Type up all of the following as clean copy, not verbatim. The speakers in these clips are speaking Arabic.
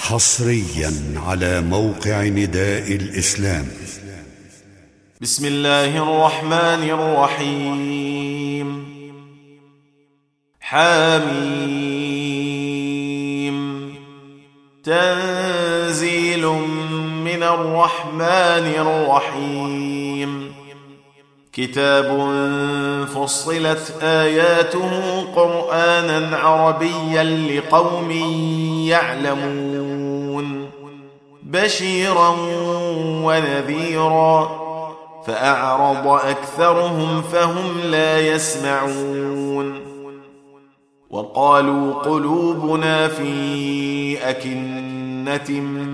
حصريا على موقع نداء الإسلام. بسم الله الرحمن الرحيم. حميم. تنزيل من الرحمن الرحيم. كتاب فصلت آياته قرآنا عربيا لقوم يعلمون، بشيرا ونذيرا، فأعرض أكثرهم فهم لا يسمعون. وقالوا قلوبنا في أكنة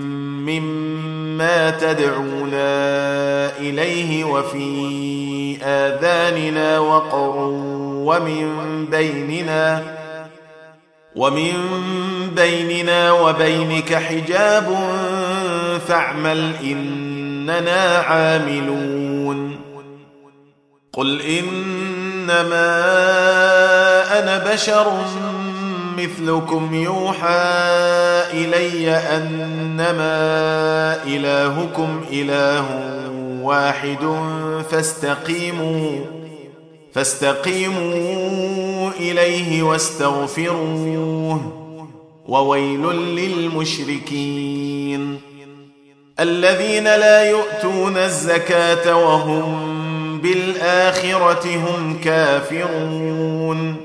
مما تدعونا إليه وفي آذاننا وقر ومن بيننا وبينك حجاب فاعمل إننا عاملون. قل إنما أنا بشر مثلكم يوحى إلي أنما إلهكم إله واحد فاستقيموا إليه واستغفروه، وويل للمشركين الذين لا يؤتون الزكاة وهم بالآخرة هم كافرون.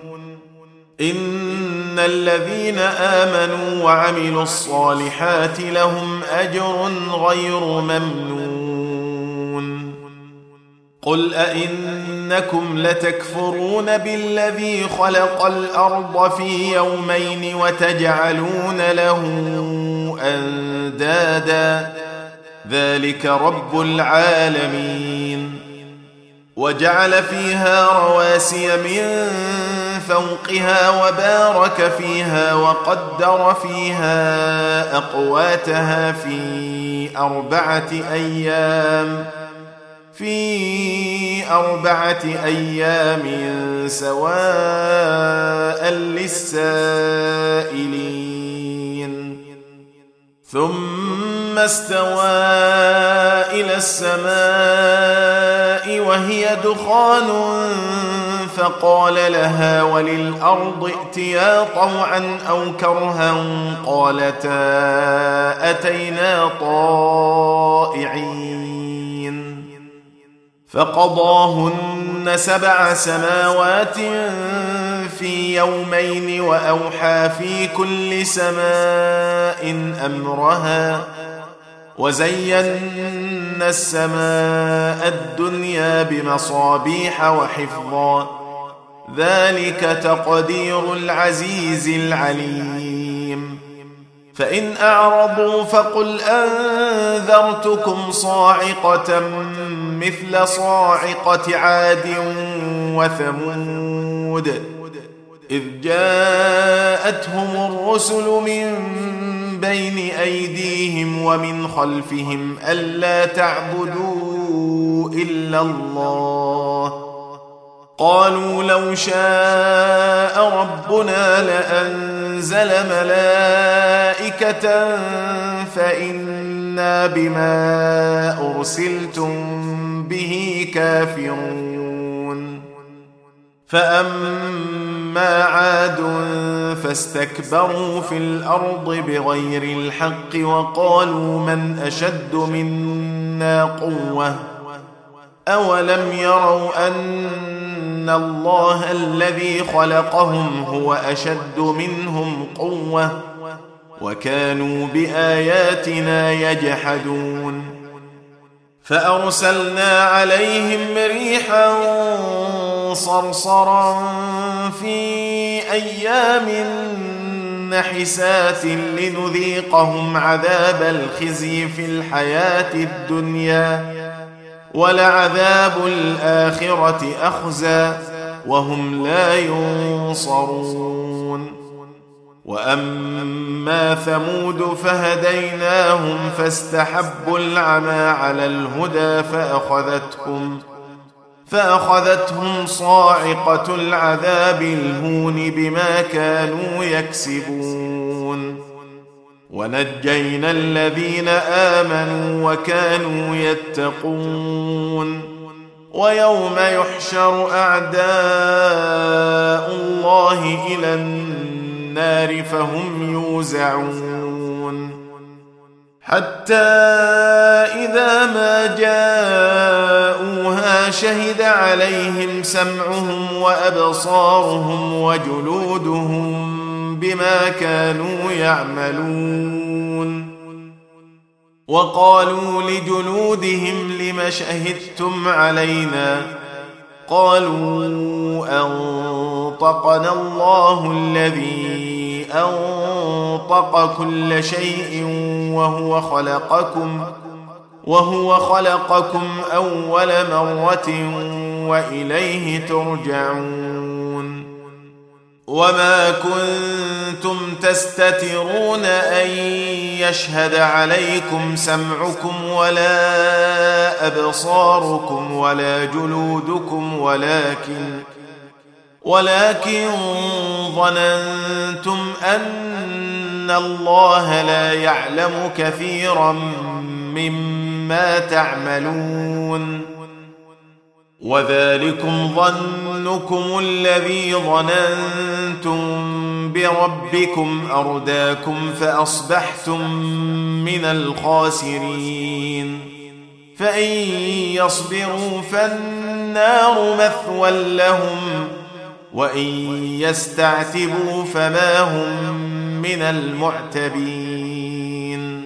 إن الذين آمنوا وعملوا الصالحات لهم أجر غير ممنون. قل أئنكم لتكفرون بالذي خلق الأرض في يومين وتجعلون له أندادا ذلك رب العالمين. وجعل فيها رواسي من فوقها وبارك فيها وقدر فيها أقواتها في أربعة أيام سواء للسائلين. ثم استوى إلى السماء وهي دخان فقال لها وللأرض ائتيا طوعا أو كرها قالتا أتينا طائعين. فقضاهن 7 سماوات في يومين وأوحى في كل سماء أمرها، وزينا السماء الدنيا بمصابيح وحفظا، ذلك تقدير العزيز العليم. فإن أعرضوا فقل أنذرتكم صاعقة مثل صاعقة عاد وثمود إذ جاءتهم الرسل من بين أيديهم ومن خلفهم ألا تعبدوا إلا الله، قالوا لو شاء ربنا لأنزل ملائكة فإنا بما أرسلتم به كافرون. فأما عاد فاستكبروا في الأرض بغير الحق وقالوا من أشد منا قوة أولم يروا أن الله الذي خلقهم هو أشد منهم قوة وكانوا بآياتنا يجحدون. فأرسلنا عليهم ريحا صرصرا في أيام نحسات لنذيقهم عذاب الخزي في الحياة الدنيا ولعذاب الآخرة أخزى وهم لا ينصرون. وأما ثمود فهديناهم فاستحبوا العمى على الهدى فأخذتهم صاعقة العذاب الهون بما كانوا يكسبون. ونجينا الذين آمنوا وكانوا يتقون ويوم يحشر أعداء الله إلى النار فهم يوزعون حتى إذا ما جاءوها شهد عليهم سمعهم وأبصارهم وجلودهم بما كانوا يعملون وقالوا لجلودهم لم شهدتم علينا قالوا أنطقنا الله الذي أنطق كل شيء وهو خلقكم أول مرة وإليه ترجعون وما كنتم تستترون أن يشهد عليكم سمعكم ولا أبصاركم ولا جلودكم ولكن ظننتم أن الله لا يعلم كثيرا مما تعملون وذلكم ظنكم الذي ظننتم بربكم أرداكم فأصبحتم من الخاسرين فإن يصبروا فالنار مثوى لهم وإن يستعتبوا فما هم من المعتبين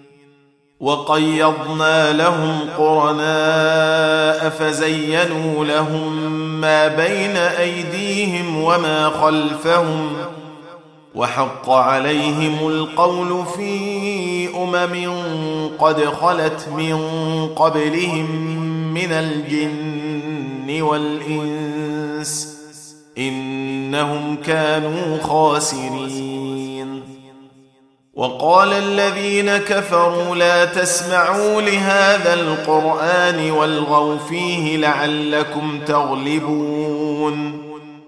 وقيضنا لهم قرناء فزينوا لهم ما بين أيديهم وما خلفهم وحق عليهم القول في قد خلت من قبلهم من الجن والإنس إنهم كانوا خاسرين وقال الذين كفروا لا تسمعوا لهذا القرآن والغوا فيه لعلكم تغلبون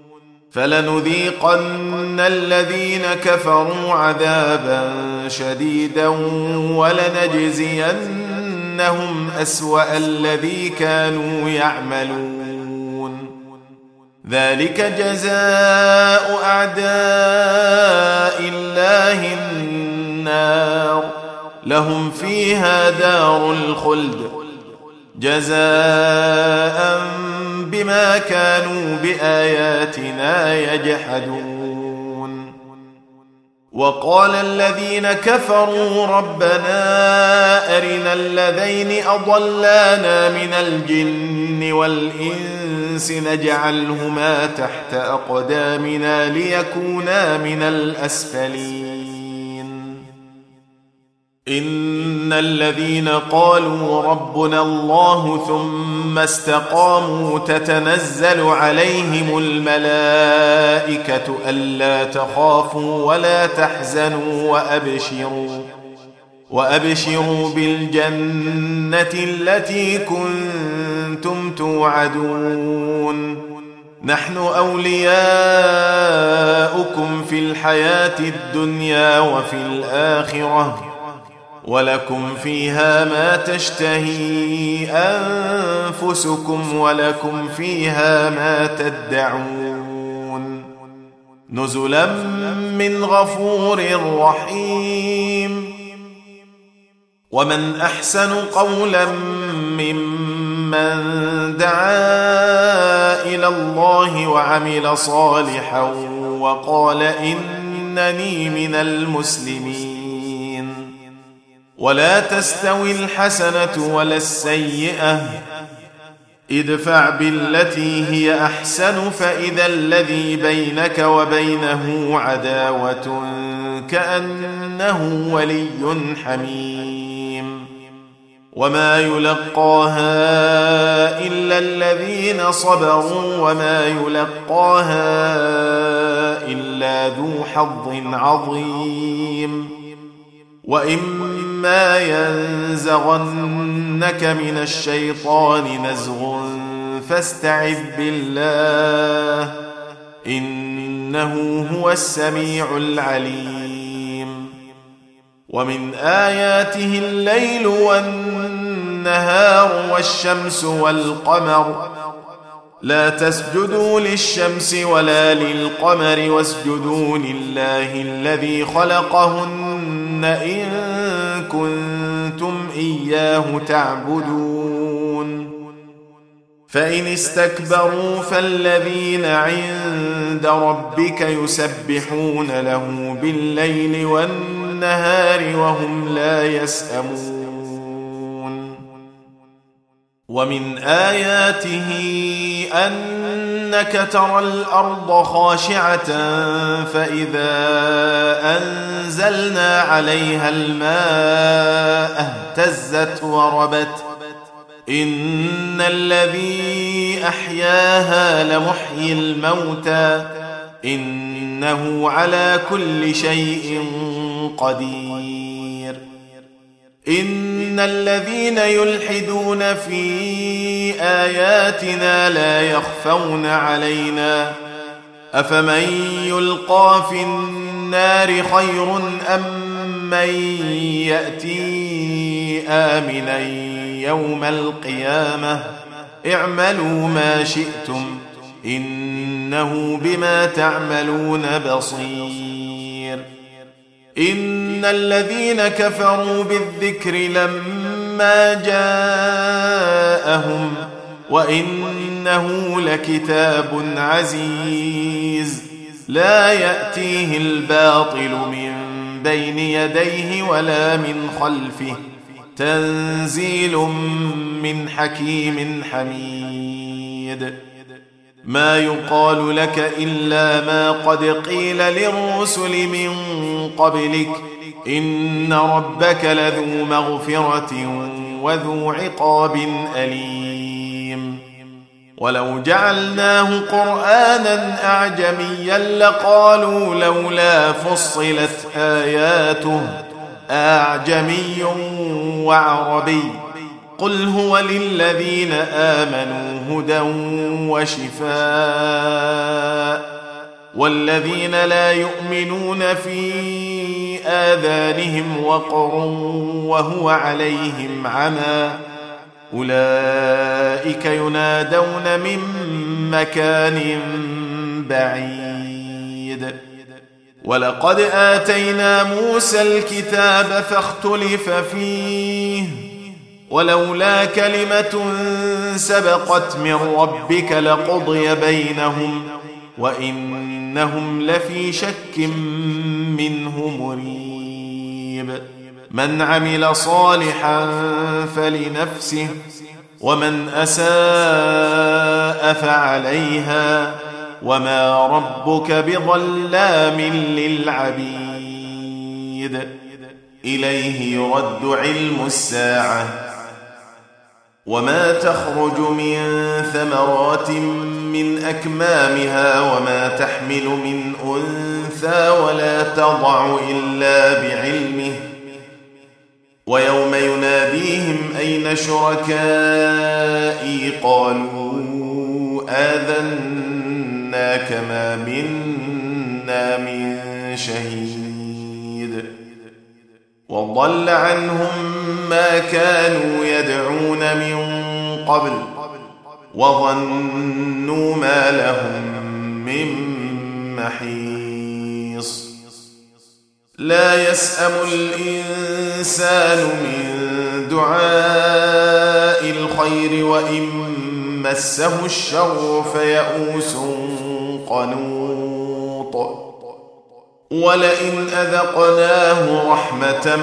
فلنذيقن الذين كفروا عذابا شديدا ولنجزينهم أسوأ الذي كانوا يعملون ذلك جزاء أعداء الله النار لهم فيها دار الخلد جزاء بما كانوا بآياتنا يجحدون وقال الذين كفروا ربنا أرنا الذين أضلانا من الجن والإنس نجعلهما تحت أقدامنا ليكونا من الأسفلين إن الذين قالوا ربنا الله ثم استقاموا تتنزل عليهم الملائكة ألا تخافوا ولا تحزنوا وأبشروا بالجنة التي كنتم توعدون نحن أولياؤكم في الحياة الدنيا وفي الآخرة ولكم فيها ما تشتهي أنفسكم ولكم فيها ما تدعون نزلا من غفور رحيم ومن أحسن قولا ممن دعا إلى الله وعمل صالحا وقال إنني من المسلمين ولا تستوي الحسنة ولا السيئة ادفع بالتي هي أحسن فإذا الذي بينك وبينه عداوة كأنه ولي حميم وما يلقاها إلا الذين صبروا وما يلقاها إلا ذو حظ عظيم وإما ينزغنك من الشيطان نزغ فاستعذ بالله إنه هو السميع العليم ومن آياته الليل والنهار والشمس والقمر لا تسجدوا للشمس ولا للقمر واسجدوا لله الذي خلقهن إن كنتم إياه تعبدون فإن استكبروا فالذين عند ربك يسبحون له بالليل والنهار وهم لا يسأمون ومن آياته أنك ترى الأرض خاشعة فإذا أنزلنا عليها الماء اهتزت وربت إن الذي أحياها لمحيي الموتى إنه على كل شيء قدير إن الذين يلحدون في آياتنا لا يخفون علينا أفمن يلقى في النار خير أم من يأتي آمنا يوم القيامة اعملوا ما شئتم إنه بما تعملون بصير إن الذين كفروا بالذكر لما جاءهم وإنه لكتاب عزيز لا يأتيه الباطل من بين يديه ولا من خلفه تنزيل من حكيم حميد ما يقال لك إلا ما قد قيل للرسل من قبلك إن ربك لذو مغفرة وذو عقاب أليم ولو جعلناه قرآنا أعجميا لقالوا لولا فصلت آياته أعجمي وعربي قل هو للذين آمنوا هدى وشفاء والذين لا يؤمنون في آذانهم وقر وهو عليهم عمى أولئك ينادون من مكان بعيد ولقد آتينا موسى الكتاب فاختلف فيه ولولا كلمة سبقت من ربك لقضي بينهم وإنهم لفي شك منه مريب من عمل صالحا فلنفسه ومن أساء فعليها وما ربك بظلام للعبيد إليه يرد علم الساعة وما تخرج من ثمرات من أكمامها وما تحمل من أنثى ولا تضع إلا بعلمه ويوم يناديهم أين شركائي قالوا آذناك ما منا من شهيد وضل عنهم ما كانوا يدعون من قبل وظنوا ما لهم من محيص لا يسأم الإنسان من دعاء الخير وإن مسه الشر فيئوس قنوط ولئن أذقناه رحمة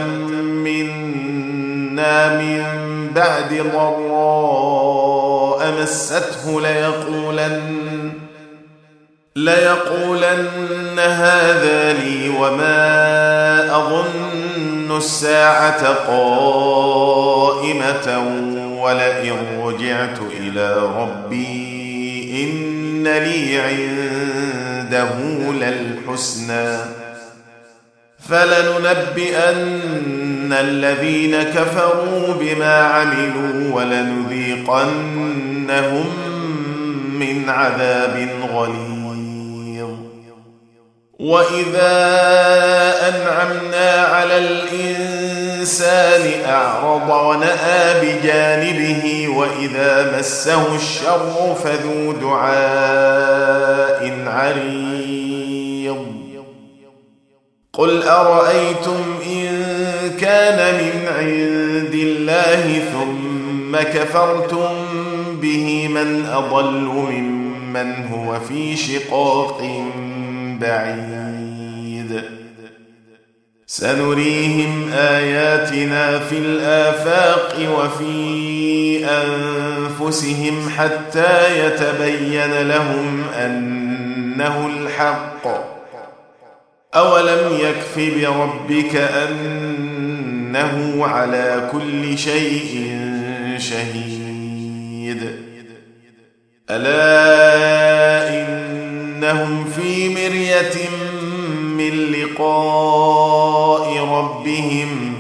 منا من بعد ضراء مسته ليقولن هذا لي وما أظن الساعة قائمة ولئن رجعت إلى ربي إن لي عنده للحسنى فلننبئن الذين كفروا بما عملوا ولنذيقنهم من عذاب غليظ وإذا أنعمنا على الإنسان أعرض ونأى بجانبه وإذا مسه الشر فذو دعاء عريض قل أرأيتم إن كان من عند الله ثم كفرتم به من أضل ممن هو في شقاق بعيد سنريهم آياتنا في الآفاق وفي أنفسهم حتى يتبين لهم أنه الحق أولم يكف بربك أنه على كل شيء شهيد ألا إنهم في مرية من لقاء ربهم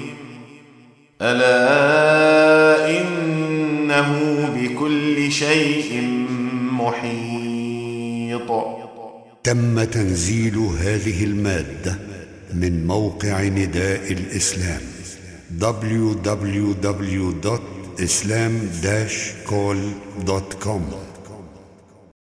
ألا إنه بكل شيء محيط. تم تنزيل هذه المادة من موقع نداء الإسلام www.islam-call.com